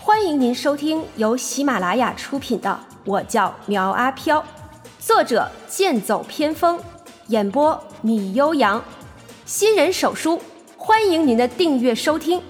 欢迎您收听由喜马拉雅出品的《我叫苗阿飘》，作者剑走偏锋，演播米悠扬，新人手书，欢迎您的订阅收听。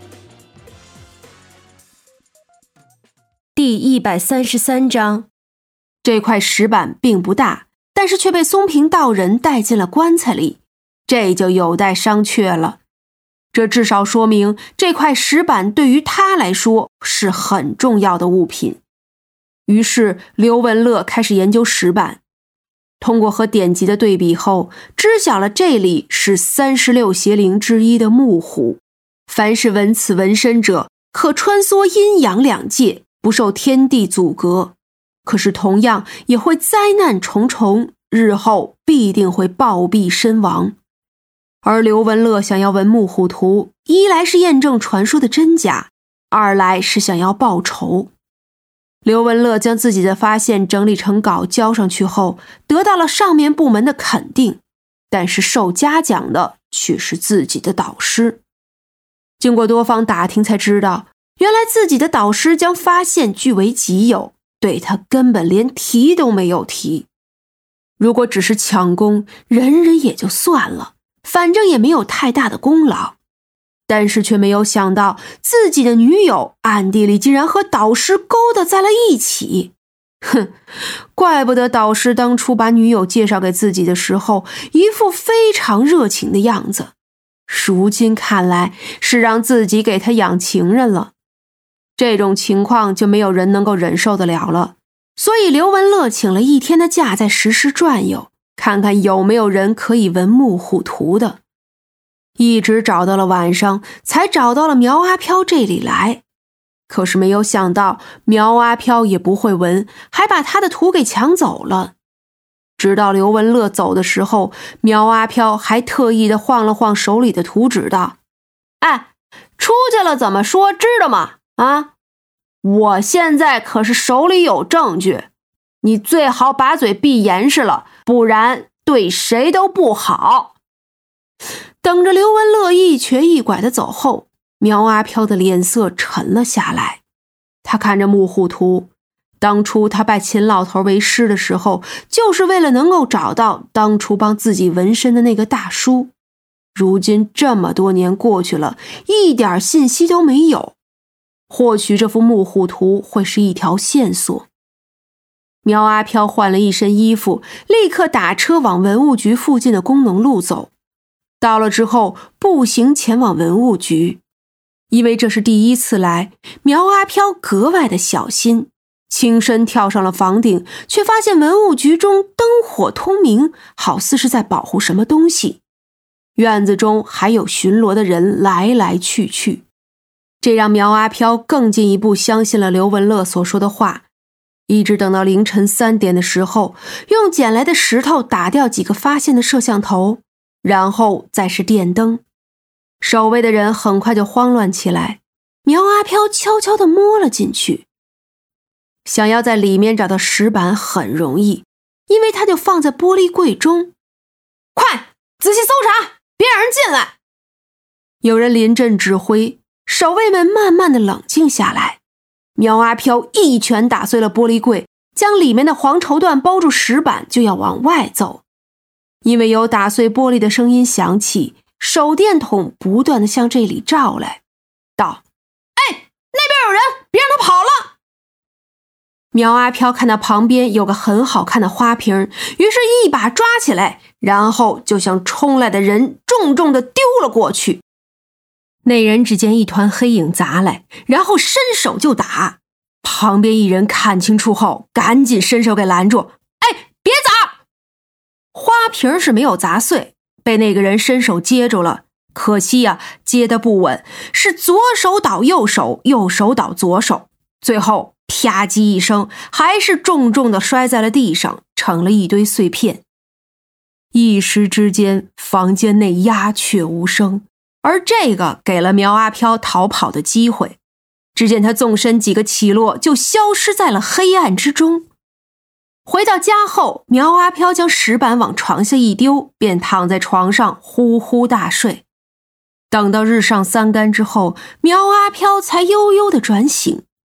第133章，这块石板并不大，但是却被松平道人带进了棺材里，这就有待商榷了。这至少说明这块石板对于他来说是很重要的物品。于是刘文乐开始研究石板，通过和典籍的对比后，知晓了这里是36邪灵之一的木虎。凡是闻此纹身者，可穿梭阴阳两界，不受天地阻隔，可是同样也会灾难重重，日后必定会暴毙身亡。而刘文乐想要纹木虎图，一来是验证传说的真假，二来是想要报仇。刘文乐将自己的发现整理成稿交上去后，得到了上面部门的肯定，但是受嘉奖的却是自己的导师。经过多方打听才知道，原来自己的导师将发现据为己有，对他根本连提都没有提。如果只是抢功，人人也就算了，反正也没有太大的功劳，但是却没有想到自己的女友暗地里竟然和导师勾搭在了一起。怪不得导师当初把女友介绍给自己的时候一副非常热情的样子，如今看来是让自己给他养情人了。这种情况就没有人能够忍受得了了，所以刘文乐请了一天的假，在石室转悠，看看有没有人可以纹木虎图的。一直找到了晚上，才找到了苗阿飘这里来。可是没有想到苗阿飘也不会纹，还把他的图给抢走了。直到刘文乐走的时候，苗阿飘还特意的晃了晃手里的图纸道：哎，出去了怎么说知道吗？啊，我现在可是手里有证据，你最好把嘴闭严实了，不然对谁都不好。等着刘文乐一瘸一拐地走后，苗阿飘的脸色沉了下来。他看着木虎图，当初他拜秦老头为师的时候，就是为了能够找到当初帮自己纹身的那个大叔。如今这么多年过去了，一点信息都没有。或许这幅木虎图会是一条线索。苗阿飘换了一身衣服，立刻打车往文物局附近的工农路走。到了之后，步行前往文物局。因为这是第一次来，苗阿飘格外的小心，轻身跳上了房顶，却发现文物局中灯火通明，好似是在保护什么东西。院子中还有巡逻的人来来去去，这让苗阿飘更进一步相信了刘文乐所说的话。一直等到凌晨3点的时候，用捡来的石头打掉几个发现的摄像头，然后再是电灯。守卫的人很快就慌乱起来，苗阿飘悄悄地摸了进去。想要在里面找到石板很容易，因为它就放在玻璃柜中。快，仔细搜查，别让人进来！有人临阵指挥，守卫们慢慢地冷静下来。苗阿飘一拳打碎了玻璃柜，将里面的黄绸缎包住石板，就要往外走。因为有打碎玻璃的声音响起，手电筒不断地向这里照来，道：哎，那边有人，别让他跑了！苗阿飘看到旁边有个很好看的花瓶，于是一把抓起来，然后就向冲来的人重重地丢了过去。那人只见一团黑影砸来，然后伸手就打。旁边一人看清楚后，赶紧伸手给拦住。哎，别砸！花瓶是没有砸碎，被那个人伸手接住了。可惜呀，接得不稳，是左手倒右手，右手倒左手，最后啪叽一声，还是重重地摔在了地上，成了一堆碎片。一时之间，房间内鸦雀无声。而这个给了苗阿飘逃跑的机会，只见他纵身几个起落，就消失在了黑暗之中。回到家后，苗阿飘将石板往床下一丢，便躺在床上呼呼大睡。等到日上三竿之后，苗阿飘才悠悠地转醒，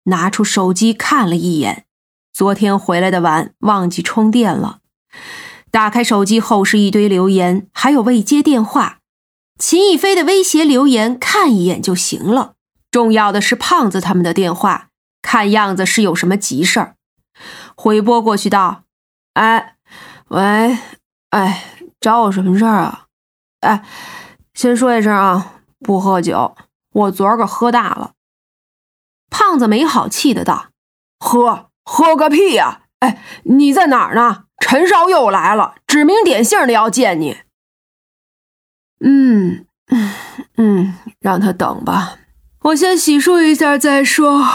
拿出手机看了一眼，昨天回来的晚，忘记充电了。打开手机后是一堆留言，还有未接电话。秦逸飞的威胁留言看一眼就行了，重要的是胖子他们的电话，看样子是有什么急事儿。回拨过去道：喂，找我什么事儿啊？先说一声啊，不喝酒，我昨儿个喝大了。胖子没好气的道：喝个屁呀！你在哪儿呢？陈少又来了，指名点姓的要见你。让他等吧，我先洗漱一下再说。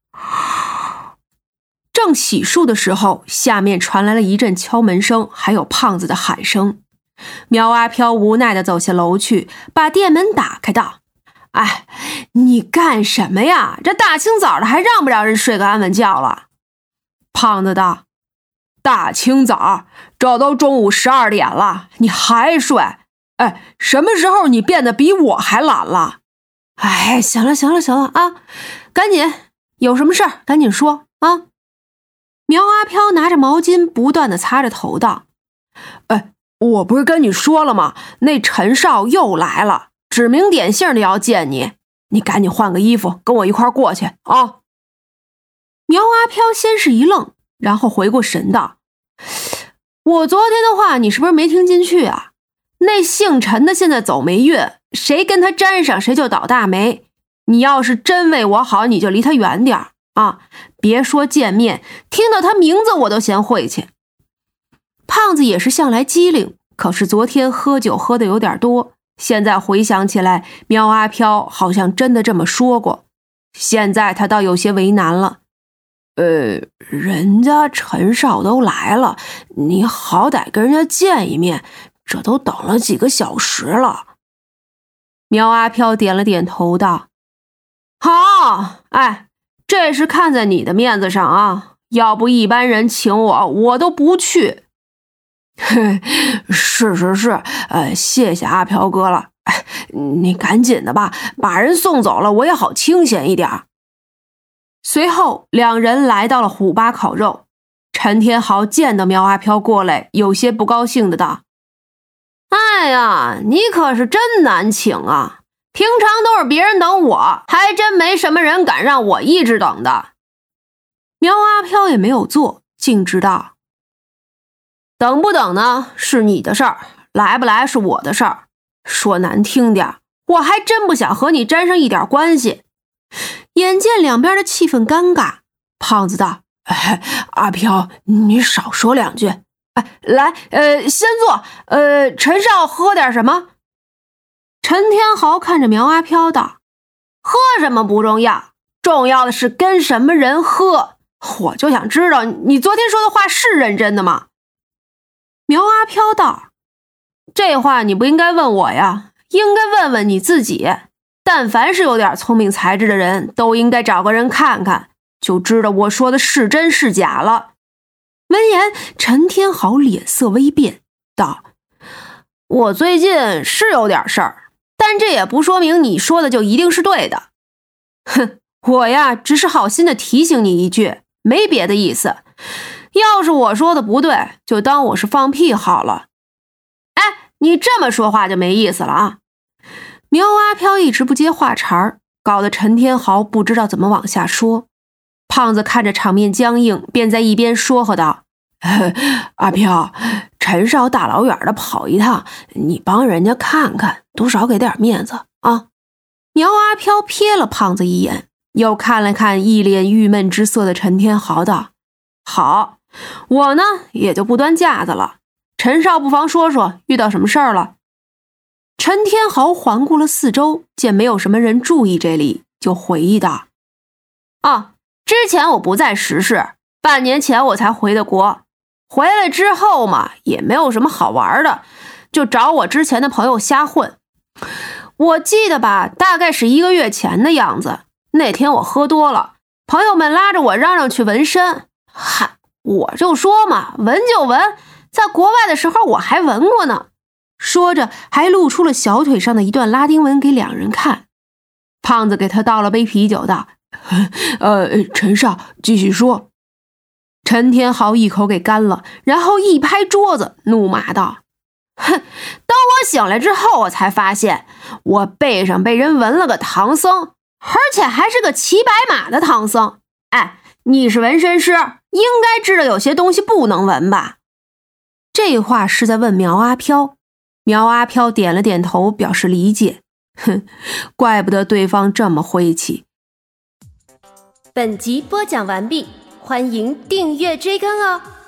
正洗漱的时候，下面传来了一阵敲门声，还有胖子的喊声。苗阿飘无奈地走下楼去，把店门打开道：你干什么呀？这大清早的还让不让人睡个安稳觉了？胖子道：大清早，这都中午12点了，你还睡？什么时候你变得比我还懒了？行了啊，赶紧，有什么事儿赶紧说啊。苗阿飘拿着毛巾不断地擦着头道：我不是跟你说了吗？那陈少又来了，指名点姓的要见你，你赶紧换个衣服跟我一块过去啊。苗阿飘先是一愣，然后回过神道：我昨天的话你是不是没听进去啊？那姓陈的现在走霉运，谁跟他沾上谁就倒大霉，你要是真为我好，你就离他远点啊，别说见面，听到他名字我都嫌晦气。胖子也是向来机灵，可是昨天喝酒喝的有点多，现在回想起来，苗阿飘好像真的这么说过，现在他倒有些为难了。人家陈少都来了，你好歹跟人家见一面，这都等了几个小时了。苗阿飘点了点头道：好，这是看在你的面子上啊，要不一般人请我都不去。是，谢谢阿飘哥了。你赶紧的吧，把人送走了，我也好清闲一点。随后两人来到了虎八烤肉，陈天豪见到苗阿飘过来，有些不高兴的道：你可是真难请啊，平常都是别人等我，还真没什么人敢让我一直等的。苗阿飘也没有做，径直道：等不等呢是你的事儿，来不来是我的事儿，说难听点，我还真不想和你沾上一点关系。眼见两边的气氛尴尬，胖子道：阿飘，你少说两句。来，先坐。陈少喝点什么？陈天豪看着苗阿飘道：喝什么不重要，重要的是跟什么人喝。我就想知道你昨天说的话是认真的吗？苗阿飘道：这话你不应该问我呀，应该问问你自己。但凡是有点聪明才智的人，都应该找个人看看，就知道我说的是真是假了。闻言，陈天豪脸色微变，道：我最近是有点事儿，但这也不说明你说的就一定是对的。我呀，只是好心的提醒你一句，没别的意思。要是我说的不对，就当我是放屁好了。你这么说话就没意思了啊。苗阿飘一直不接话茬，搞得陈天豪不知道怎么往下说。胖子看着场面僵硬，便在一边说和道：阿飘，陈少大老远的跑一趟，你帮人家看看，多少给点面子啊。苗阿飘瞥了胖子一眼，又看了看一脸郁闷之色的陈天豪道：好，我呢也就不端架子了，陈少不妨说说遇到什么事儿了。陈天豪环顾了四周，见没有什么人注意这里，就回忆道：之前我不在石市，半年前我才回的国，回来之后嘛，也没有什么好玩的，就找我之前的朋友瞎混。我记得吧，大概是1个月前的样子，那天我喝多了，朋友们拉着我嚷嚷去纹身。我就说嘛，纹就纹，在国外的时候我还纹过呢。说着还露出了小腿上的一段拉丁文给两人看。胖子给他倒了杯啤酒道： 陈少，继续说。 陈天豪一口给干了，然后一拍桌子，怒骂道：“哼！等我醒来之后，我才发现我背上被人纹了个唐僧，而且还是个骑白马的唐僧。哎，你是纹身师，应该知道有些东西不能纹吧？”这话是在问苗阿飘。苗阿飘点了点头，表示理解。哼，怪不得对方这么晦气。 本集播讲完毕，欢迎订阅追更哦。